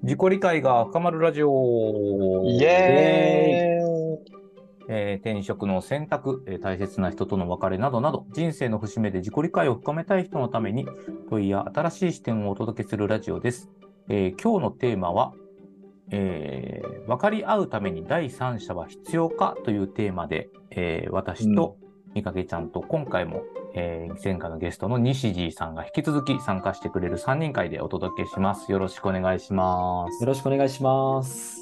自己理解が深まるラジイオ。 エーイ。 転職の選択、大切な人との別れなどなど、人生の節目で自己理解を深めたい人のために、問いや新しい視点をお届けするラジオです。今日のテーマは、分かり合うために第三者は必要かというテーマで、私とみかけちゃんと今回も、前回のゲストの西地さんが引き続き参加してくれる3人会でお届けします。よろしくお願いします。 よろしくお願いします。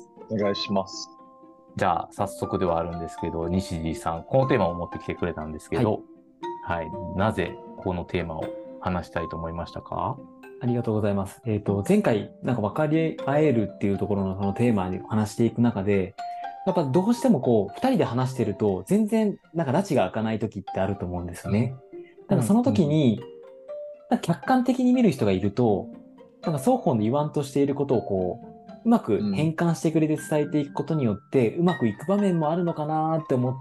お願いします。 じゃあ早速ではあるんですけど、西地さん、このテーマを持ってきてくれたんですけど、はい、なぜこのテーマを話したいと思いましたか？ ありがとうございます。前回、分かり合えるっていうところのそのテーマに話していく中で、やっぱどうしてもこう、二人で話してると、全然、拉致が開かない時ってあると思うんですよね。その時に、客観的に見る人がいると、双方の言わんとしていることをこう、うまく変換してくれて伝えていくことによって、うまくいく場面もあるのかなって思って、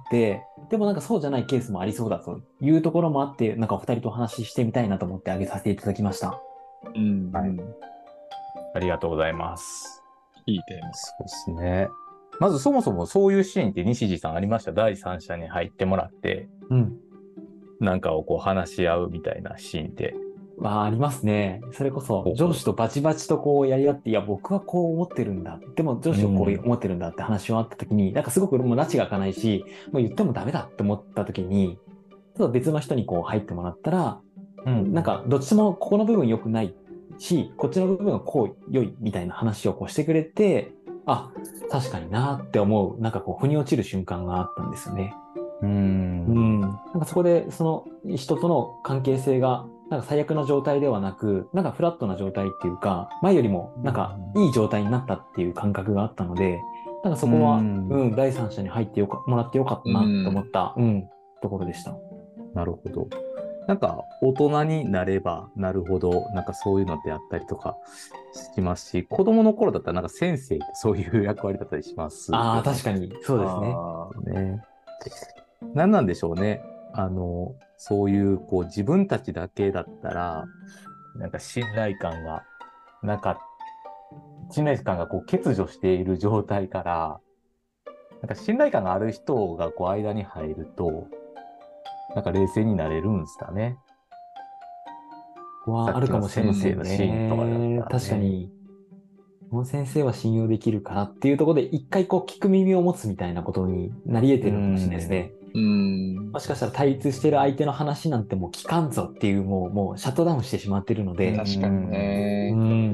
でもそうじゃないケースもありそうだというところもあって、お二人とお話ししてみたいなと思ってあげさせていただきました。 はい。ありがとうございます。 いいテーマ。 そうですね。まずそもそもそういうシーンって西地さんありました？第三者に入ってもらって、なんかをこう話し合うみたいなシーンって。 ありますね。それこそ上司とバチバチとこうやり合って、いや、僕はこう思ってるんだ。でも上司はこう思ってるんだって話をあった時に、すごくもう拉致が開かないし、もう言ってもダメだって思った時に、ちょっと別の人にこう入ってもらったら、どっちもここの部分良くないし、こっちの部分はこう良いみたいな話をこうしてくれて、あ、確かになって思う、こう腑に落ちる瞬間があったんですよね。そこでその人との関係性が最悪な状態ではなく、フラットな状態っていうか、前よりもいい状態になったっていう感覚があったので、そこは、第三者に入ってもらってよかったなと思った、ところでした。 なるほど。大人になればなるほど、そういうのってあったりとかしますし、子供の頃だったら先生ってそういう役割だったりしますよね。 ああ、確かに、そうですね。 何なんでしょうね。そういう、こう、自分たちだけだったら、信頼感がなかっ信頼感がこう欠如している状態から、信頼感がある人がこう間に入ると、冷静になれるんですかね。 あるかもしれません先生のシーンとかだったね。 ら確かに。この先生は信用できるかなっていうところで、一回こう聞く耳を持つみたいなことになり得てるのかもしれないですね。もしかしたら対立してる相手の話なんてもう聞かんぞっていう、もうシャットダウンしてしまってるので。 確かにね。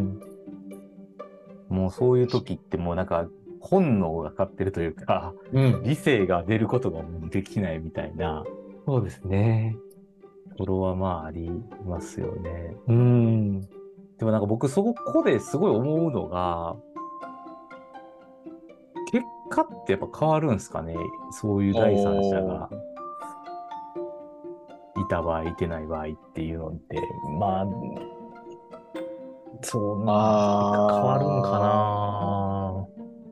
もうそういう時ってもう本能が勝ってるというか、理性が出ることができないみたいな。 そうですね。 ところはまあありますよね。 うん。 でも僕そこですごい思うのが、結果ってやっぱ変わるんですかね。そういう第三者がいた場合、いてない場合っていうのって。まあ、そう、変わるんかな。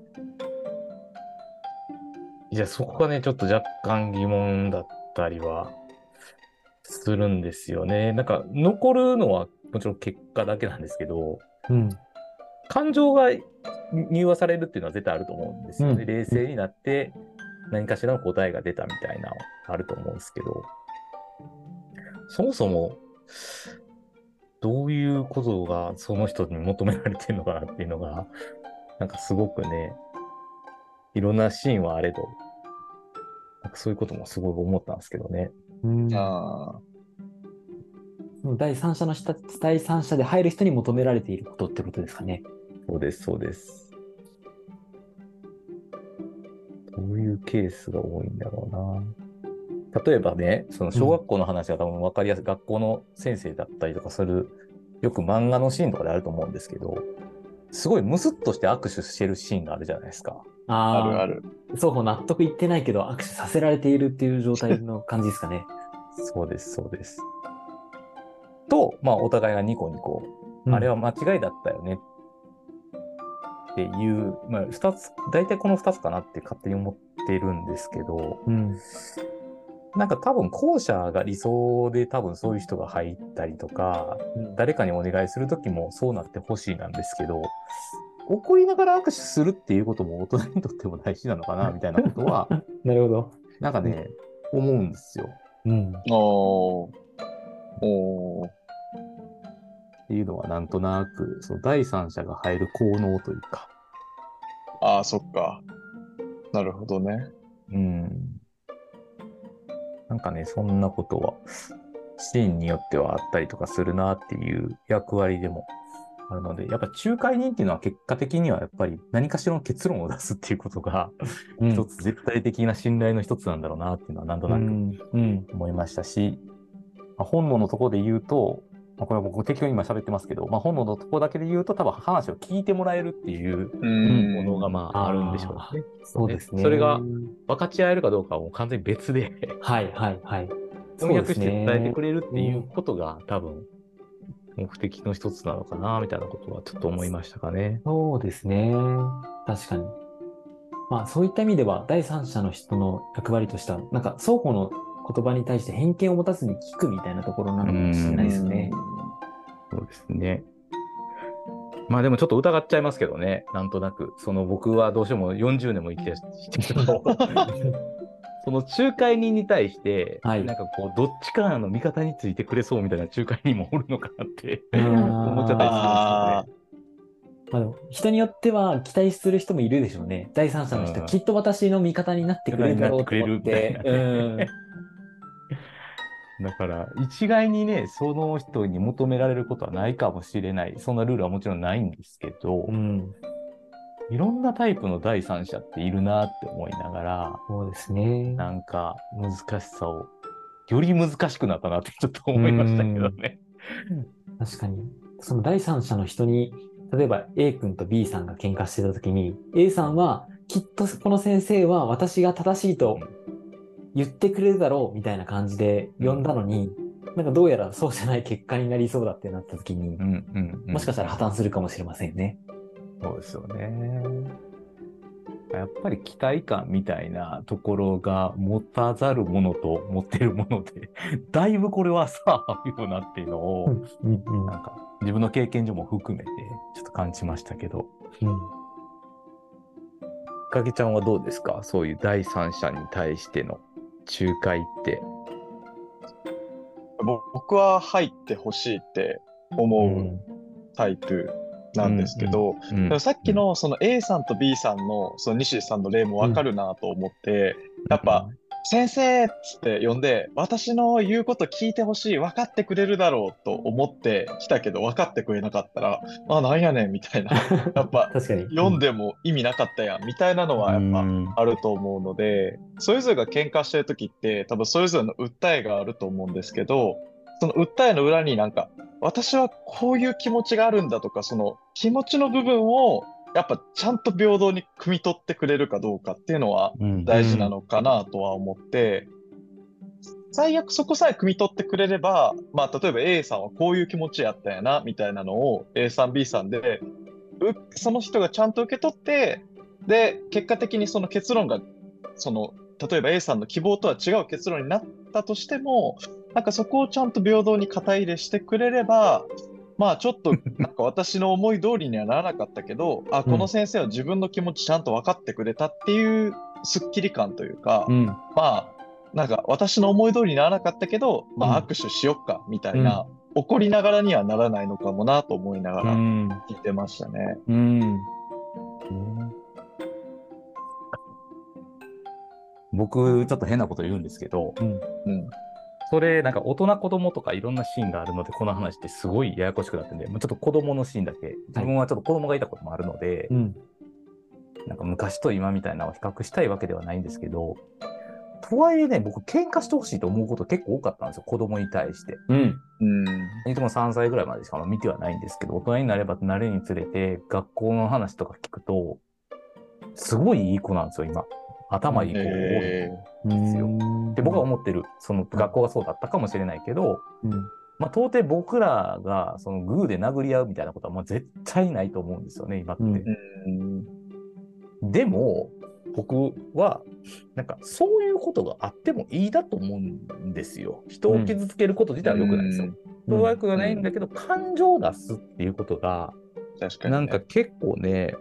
いや、そこがね、ちょっと若干疑問だったりはするんですよね。残るのはもちろん結果だけなんですけど、感情が入和されるっていうのは絶対あると思うんですよね。冷静になって何かしらの答えが出たみたいなのあると思うんですけど、そもそもどういうことがその人に求められてるのかなっていうのが、すごくね、いろんなシーンはあれど、そういうこともすごい思ったんですけどね。 第三者で入る人に求められていることってことですかね。 そうです、そうです。どういうケースが多いんだろうな。例えばね、その小学校の話が多分分かりやすい、学校の先生だったりとかする、よく漫画のシーンとかであると思うんですけど、すごいムスッとして握手してるシーンがあるじゃないですか。 あるある。 双方納得いってないけど握手させられているっていう状態の感じですかね。 そうです、そうです。と、まあ、お互いがニコニコ、あれは間違いだったよねっていう、まあ、大体この二つかなって勝手に思ってるんですけど、多分後者が理想で多分そういう人が入ったりとか、誰かにお願いするときもそうなってほしいなんですけど、 怒りながら握手するっていうことも大人にとっても大事なのかな、みたいなことは、 なるほど。 なんかね、思うんですよ。 うん。 おー。おー。 っていうのはなんとなく、その第三者が入る効能というか、 ああ、そっか。なるほどね。 うん。なんかね、そんなことは、シーンによってはあったりとかするなっていう役割でもあるので、やっぱ仲介人っていうのは結果的にはやっぱり何かしらの結論を出すっていうことが、一つ絶対的な信頼の一つなんだろうなっていうのはなんとなく思いましたし、本能のところで言うと、これは僕適当に今喋ってますけど、本能のところだけで言うと多分話を聞いてもらえるっていうものがあるんでしょうね。 そうですね。 それが分かち合えるかどうかはもう完全に別ではいはいはい。 翻訳して伝えてくれるっていうことが多分目的の一つなのかな、みたいなことはちょっと思いましたかね。 そうですね。確かに。そういった意味では第三者の人の役割としては、なんか双方の言葉に対して偏見を持たずに聞くみたいなところなのかもしれないですね。 そうですね。でもちょっと疑っちゃいますけどね。なんとなく。僕はどうしても40年も生きてきたけど、その仲介人に対して、なんかこう、どっちかの味方についてくれそうみたいな仲介人もおるのかなって思っちゃったりするんですよね。 でも人によっては期待する人もいるでしょうね。第三者の人、きっと私の味方になってくれるだろうと思って。 だから、一概にね、その人に求められることはないかもしれない。そんなルールはもちろんないんですけど、いろんなタイプの第三者っているなって思いながら、 そうですね。 なんか難しさを、より難しくなったなってちょっと思いましたけどね。 確かに。その第三者の人に、例えば A 君と B さんが喧嘩してた時に、A さんはきっとこの先生は私が正しいと言ってくれるだろうみたいな感じで呼んだのに、なんかどうやらそうじゃない結果になりそうだってなった時に、もしかしたら破綻するかもしれませんね。 そうですよね。やっぱり期待感みたいなところが持たざるものと持ってるもので、だいぶこれはさ、あるよなっていうのを、なんか自分の経験上も含めてちょっと感じましたけど。かけちゃんはどうですか？そういう第三者に対しての仲介って。 僕は入ってほしいって思うタイプなんですけど、でもさっきのその A さんと B さんのその西さんの例もわかるなと思って、やっぱ先生っつって呼んで、私の言うこと聞いてほしい、分かってくれるだろうと思ってきたけど、分かってくれなかったら、なんやねんみたいな、やっぱ読んでも意味なかったやんみたいなのはやっぱあると思うので、それぞれが喧嘩してる時って多分それぞれの訴えがあると思うんですけど、その訴えの裏になんか、私はこういう気持ちがあるんだとか、その気持ちの部分をやっぱちゃんと平等に汲み取ってくれるかどうかっていうのは大事なのかなとは思って、最悪そこさえ汲み取ってくれれば、例えば A さんはこういう気持ちやったんやな、みたいなのを A さん B さんで、その人がちゃんと受け取って、で、結果的にその結論が、例えば A さんの希望とは違う結論になったとしても、なんかそこをちゃんと平等に肩入れしてくれれば、ちょっとなんか私の思い通りにはならなかったけど、この先生は自分の気持ちちゃんと分かってくれたっていうスッキリ感というか、なんか私の思い通りにならなかったけど、握手しよっかみたいな、怒りながらにはならないのかもなと思いながら聞いてましたね。 僕、ちょっと変なこと言うんですけど、それ、なんか大人子供とかいろんなシーンがあるので、この話ってすごいややこしくなってるんで、もうちょっと子供のシーンだけ、自分はちょっと子供がいたこともあるので、なんか昔と今みたいなのを比較したいわけではないんですけど、とはいえね、僕喧嘩してほしいと思うこと結構多かったんですよ、子供に対して。いつも3歳ぐらいまでしか見てはないんですけど、大人になればなれにつれて、学校の話とか聞くと、すごいいい子なんですよ、今。頭いい子多いんですよ。で、僕は思ってる。その学校がそうだったかもしれないけど、到底僕らがそのグーで殴り合うみたいなことは絶対ないと思うんですよね、今って。でも、僕は、なんかそういうことがあってもいいだと思うんですよ。人を傷つけること自体は良くないですよ。そういうわけがないんだけど、感情を出すっていうことが、 確かにね。 なんか結構ね、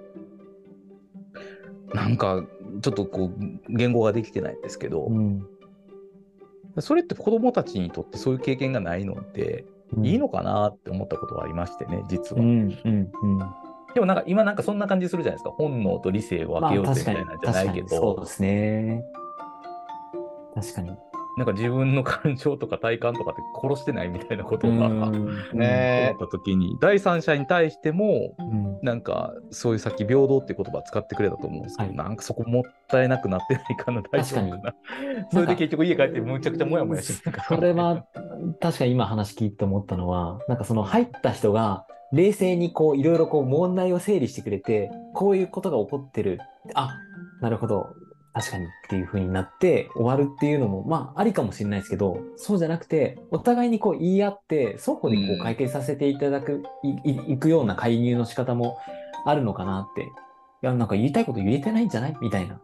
なんかちょっとこう言語ができてないんですけど、それって子供たちにとってそういう経験がないのっていいのかなって思ったことはありましてね、実は。でもなんか今なんかそんな感じするじゃないですか。本能と理性を分けようぜみたいなんじゃないけど。 そうですね。確かに。 なんか自分の感情とか体感とかって殺してないみたいなことが思った時に、第三者に対しても、なんかそういうさっき平等っていう言葉使ってくれたと思うんですけど、なんかそこもったいなくなってないかな、大丈夫かな。それで結局家帰ってむちゃくちゃモヤモヤしてるから。 それは確かに今話聞いて思ったのは、なんかその入った人が冷静にこういろいろこう問題を整理してくれて、こういうことが起こってる。あ、なるほど。確かにっていう風になって終わるっていうのも、まあ、ありかもしれないですけど、そうじゃなくて、お互いにこう言い合って、双方でこう解決させていただく、いくような介入の仕方もあるのかなって。いや、なんか言いたいこと言えてないんじゃないみたいな。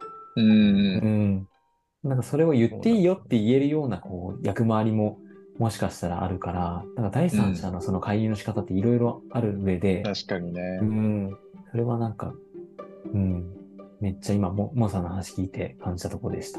なんかそれを言っていいよって言えるような、こう、役回りも、もしかしたらあるから、なんか第三者のその介入の仕方っていろいろある上で、 確かにね。 それはなんか、めっちゃ今モンさんの話聞いて感じたところでした。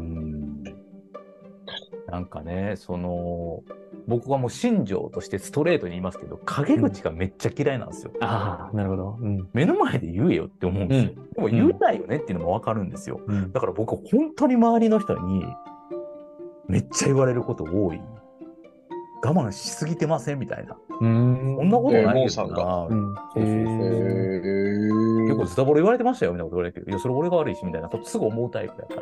なんかね、僕はもう新庄としてストレートに言いますけど、陰口がめっちゃ嫌いなんですよ。 ああ、なるほど。 目の前で言えよって思うんですよ。でも言えないよねっていうのもわかるんですよ。だから僕本当に周りの人にめっちゃ言われること多い。我慢しすぎてませんみたいな。そんなことないけどな。結構ズタボロ言われてましたよみたいなこと言われるけど、いや、それ俺が悪いしみたいなことすぐ思うタイプだから、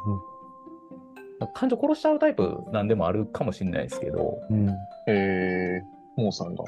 感情殺しちゃうタイプなんでもあるかもしれないですけど。 モンさんが。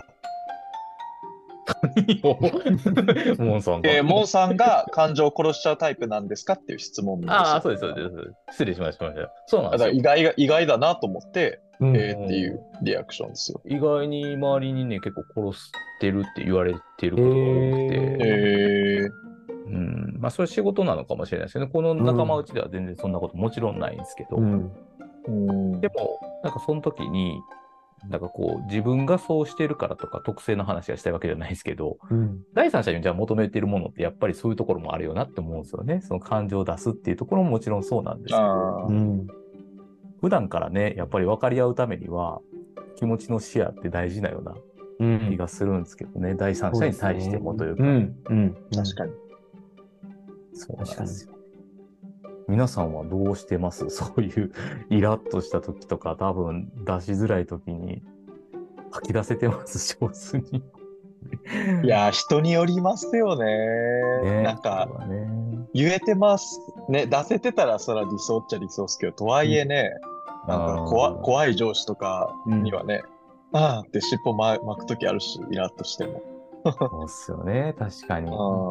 モンさんが。モンさんが感情を殺しちゃうタイプなんですかっていう質問です。 ああ、そうです、そうです。失礼しました。そうなんですよ。 意外だなと思って、っていうリアクションですよ。 意外に周りにね、結構殺してるって言われてることが多くて。まあ、それ仕事なのかもしれないですけどね。この仲間内では全然そんなこともちろんないんですけど。でも、なんかその時に、なんかこう、自分がそうしてるからとか、特性の話がしたいわけじゃないですけど、第三者にじゃあ求めているものってやっぱりそういうところもあるよなって思うんですよね。その感情を出すっていうところももちろんそうなんですけど、普段からね、やっぱり分かり合うためには、気持ちのシェアって大事なような気がするんですけどね。第三者に対してもというか。 確かに。 そうなんですよ。皆さんはどうしてます？そういうイラッとした時とか、多分出しづらい時に吐き出せてます、上手に。 いや、人によりますよね。なんか、言えてます。ね、出せてたらそら理想っちゃ理想ですけど、とはいえね、なんか怖い上司とかにはね、ああって尻尾巻く時あるし、イラッとしても。 そうっすよね、確かに。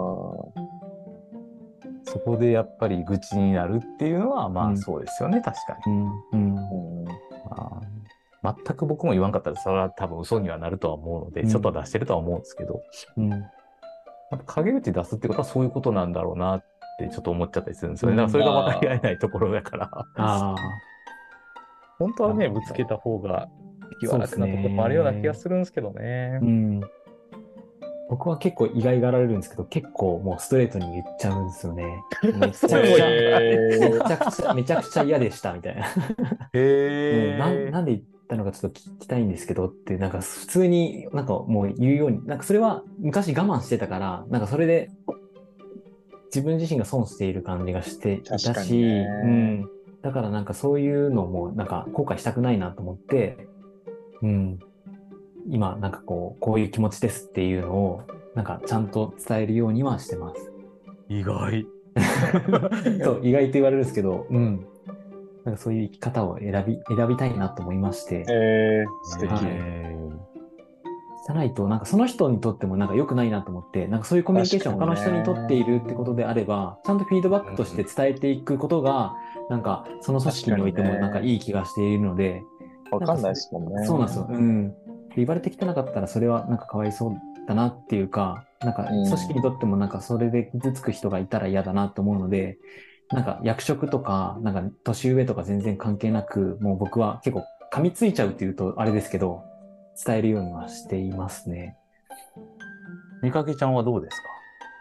そこでやっぱり愚痴になるっていうのは、まあそうですよね、確かに。全く僕も言わんかったら、それは多分嘘にはなるとは思うので、ちょっとは出してるとは思うんですけど、やっぱ陰口出すってことはそういうことなんだろうなってちょっと思っちゃったりするんですよね。だからそれが分かり合えないところだから。本当はね、ぶつけた方が気は楽なところもあるような気がするんですけどね。 僕は結構意外がられるんですけど、結構もうストレートに言っちゃうんですよね。めちゃくちゃ嫌でしたみたいな。なんで言ったのかちょっと聞きたいんですけどって、なんか普通になんかもう言うように、なんかそれは昔我慢してたから、なんかそれで自分自身が損している感じがしていたし、だからなんかそういうのもなんか後悔したくないなと思って、今なんかこういう気持ちですっていうのをなんかちゃんと伝えるようにはしてます。 意外。 そう、意外と言われるんですけど、なんかそういう生き方を選びたいなと思いまして。 素敵。 じゃないと、なんかその人にとってもなんか良くないなと思って、なんかそういうコミュニケーションを他の人にとっているってことであれば、ちゃんとフィードバックとして伝えていくことが、なんかその組織においてもなんかいい気がしているので。 わかんないですもんね。 そうなんですよ。言われてきてなかったらそれはなんかかわいそうだなっていうか、なんか組織にとってもなんかそれで傷つく人がいたら嫌だなと思うので、なんか役職とか、なんか年上とか全然関係なく、もう僕は結構噛みついちゃうっていうとあれですけど、伝えるようにはしていますね。 みかけちゃんはどうですか？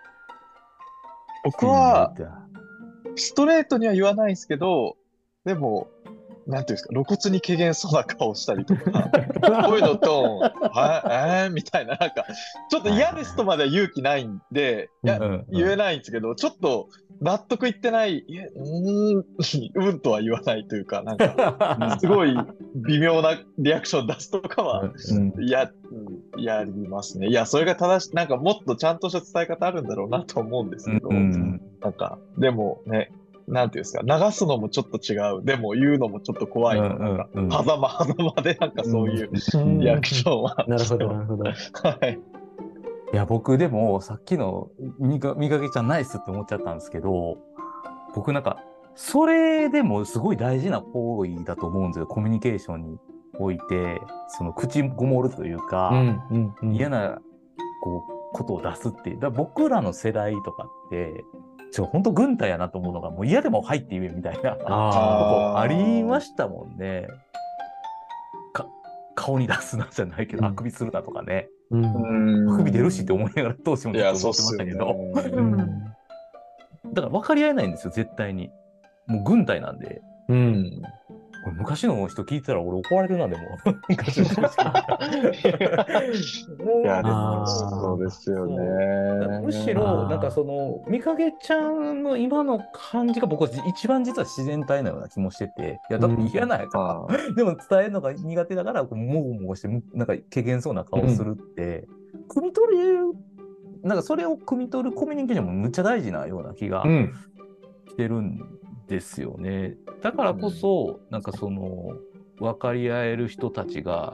僕は、ストレートには言わないんですけど、でも、なんていうんですか、露骨に怪げそうな顔したりとか、声のトーン、みたいな、なんか、ちょっと嫌ですとまでは勇気ないんで、言えないんですけど、ちょっと納得いってない、うんとは言わないというか、なんか、すごい微妙なリアクション出すとかは、やりますね。いや、それが正しい、なんかもっとちゃんとした伝え方あるんだろうなと思うんですけど、なんか、でもね、なんていうんですか、流すのもちょっと違う。でも言うのもちょっと怖いの。なんか、狭間でなんかそういうリアクションは。 なるほど、なるほど。 はい。 いや、僕でもさっきのみかけちゃんナイスって思っちゃったんですけど、僕なんか、それでもすごい大事な行為だと思うんですよ。コミュニケーションにおいて、その口ごもるというか、嫌なことを出すっていう。だから僕らの世代とかって、本当軍隊やなと思うのが、もう嫌でも入って言えみたいなことありましたもんね。顔に出すなじゃないけど、あくびするなとかね。あくび出るしって思いながら当時もずっと思ってましたけど。だから分かり合えないんですよ、絶対に。もう軍隊なんで。昔の人聞いてたら俺怒られるな、でも。昔の人聞いたら。 いや、でも、そうですよね。 むしろ、なんかみかけちゃんの今の感じが僕は一番実は自然体なような気もしてて、いや、だって嫌なんやから。でも伝えるのが苦手だから、もごもごして、なんか、怪げそうな顔するって、汲み取れる、なんかそれを汲み取るコミュニケーションもむっちゃ大事なような気がしてるんですよね。だからこそ、なんか分かり合える人たちが、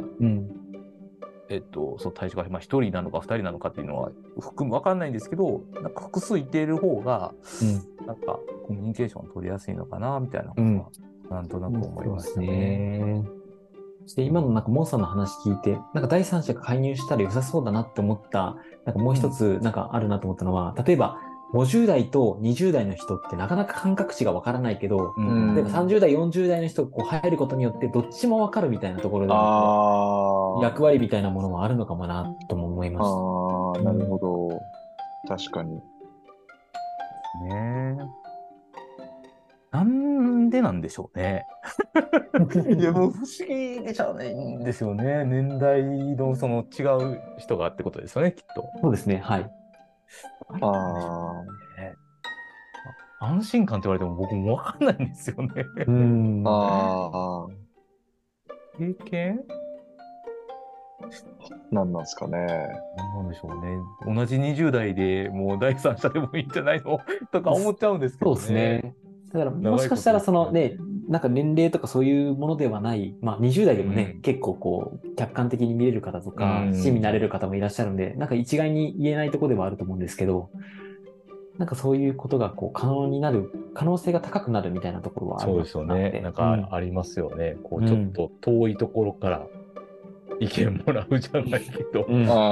対象が1人なのか2人なのかっていうのは分かんないんですけど、なんか複数いている方が、なんかコミュニケーション取りやすいのかなみたいなことは、なんとなく思いましたね。 そして今のなんかモンさんの話聞いて、なんか第三者が介入したら良さそうだなって思った、なんかもう一つなんかあるなと思ったのは、例えば50代と20代の人ってなかなか感覚値がわからないけど、例えば30代、40代の人がこう入ることによってどっちもわかるみたいなところでの役割みたいなものもあるのかもなとも思いました。 なるほど。確かに。 ねえ。なんでなんでしょうね。いや、もう不思議でしゃあないんですよね。年代の違う人がってことですよね、きっと。 そうですね、はい。 安心感って言われても僕もわかんないんですよね。経験何なんですかね。 何なんでしょうね。同じ20代でもう第三者でもいいんじゃないのとか思っちゃうんですけどね。 そうですね。だからもしかしたらなんか年齢とかそういうものではない、まあ20代でもね、結構こう、客観的に見れる方とか、親身になれる方もいらっしゃるんで、なんか一概に言えないところではあると思うんですけど、なんかそういうことがこう可能になる、可能性が高くなるみたいなところはあるそうですよね。なんかありますよね。こう、ちょっと遠いところから意見もらうじゃないけど。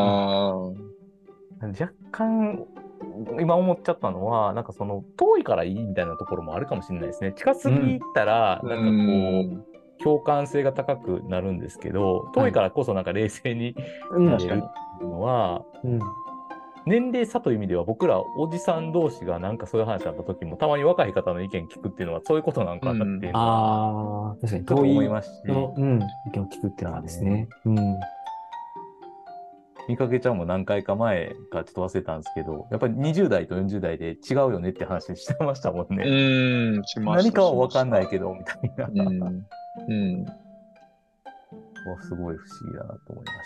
若干、今思っちゃったのは、なんか遠いからいいみたいなところもあるかもしれないですね。近すぎたら、なんかこう、共感性が高くなるんですけど、遠いからこそなんか冷静になれるっていうのは、年齢差という意味では僕らおじさん同士がなんかそういう話になった時もたまに若い方の意見聞くっていうのはそういうことなんかなっていうのは、 確かにちょっと思いますし、 意見を聞くっていうのはですね。 みかけちゃんも何回か前かちょっと忘れたんですけど、やっぱり20代と40代で違うよねって話してましたもんね。何かは分かんないけど、みたいな。すごい不思議だなと思いました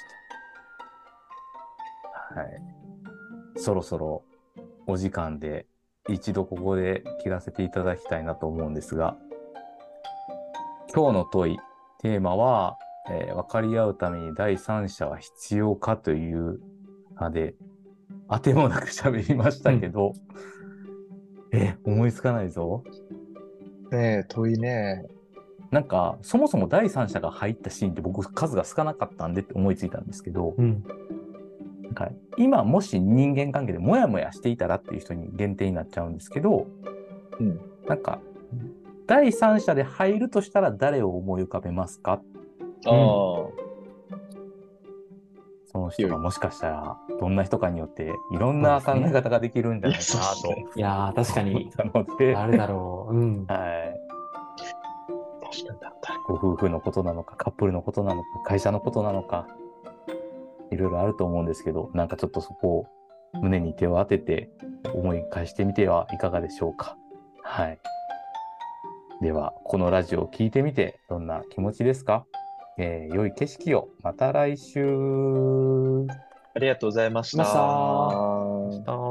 。はい。そろそろお時間で一度ここで切らせていただきたいなと思うんですが、今日の問い、テーマは、分かり合うために第三者は必要かというので、当てもなく喋りましたけど、思いつかないぞ。 ねえ、問いね。 なんか、そもそも第三者が入ったシーンって僕数が少なかったんでって思いついたんですけど、なんか今もし人間関係でモヤモヤしていたらっていう人に限定になっちゃうんですけど、なんか、第三者で入るとしたら誰を思い浮かべますか？ その人がもしかしたらどんな人かによっていろんな考え方ができるんじゃないかなと、 いやー、確かに。 思ったので、 あるだろう。うん。 はい。ご夫婦のことなのか、カップルのことなのか、会社のことなのか、いろいろあると思うんですけど、なんかちょっとそこを胸に手を当てて思い返してみてはいかがでしょうか。はい。では、このラジオを聞いてみてどんな気持ちですか？良い景色を。また来週。 ありがとうございましました。 た。 した。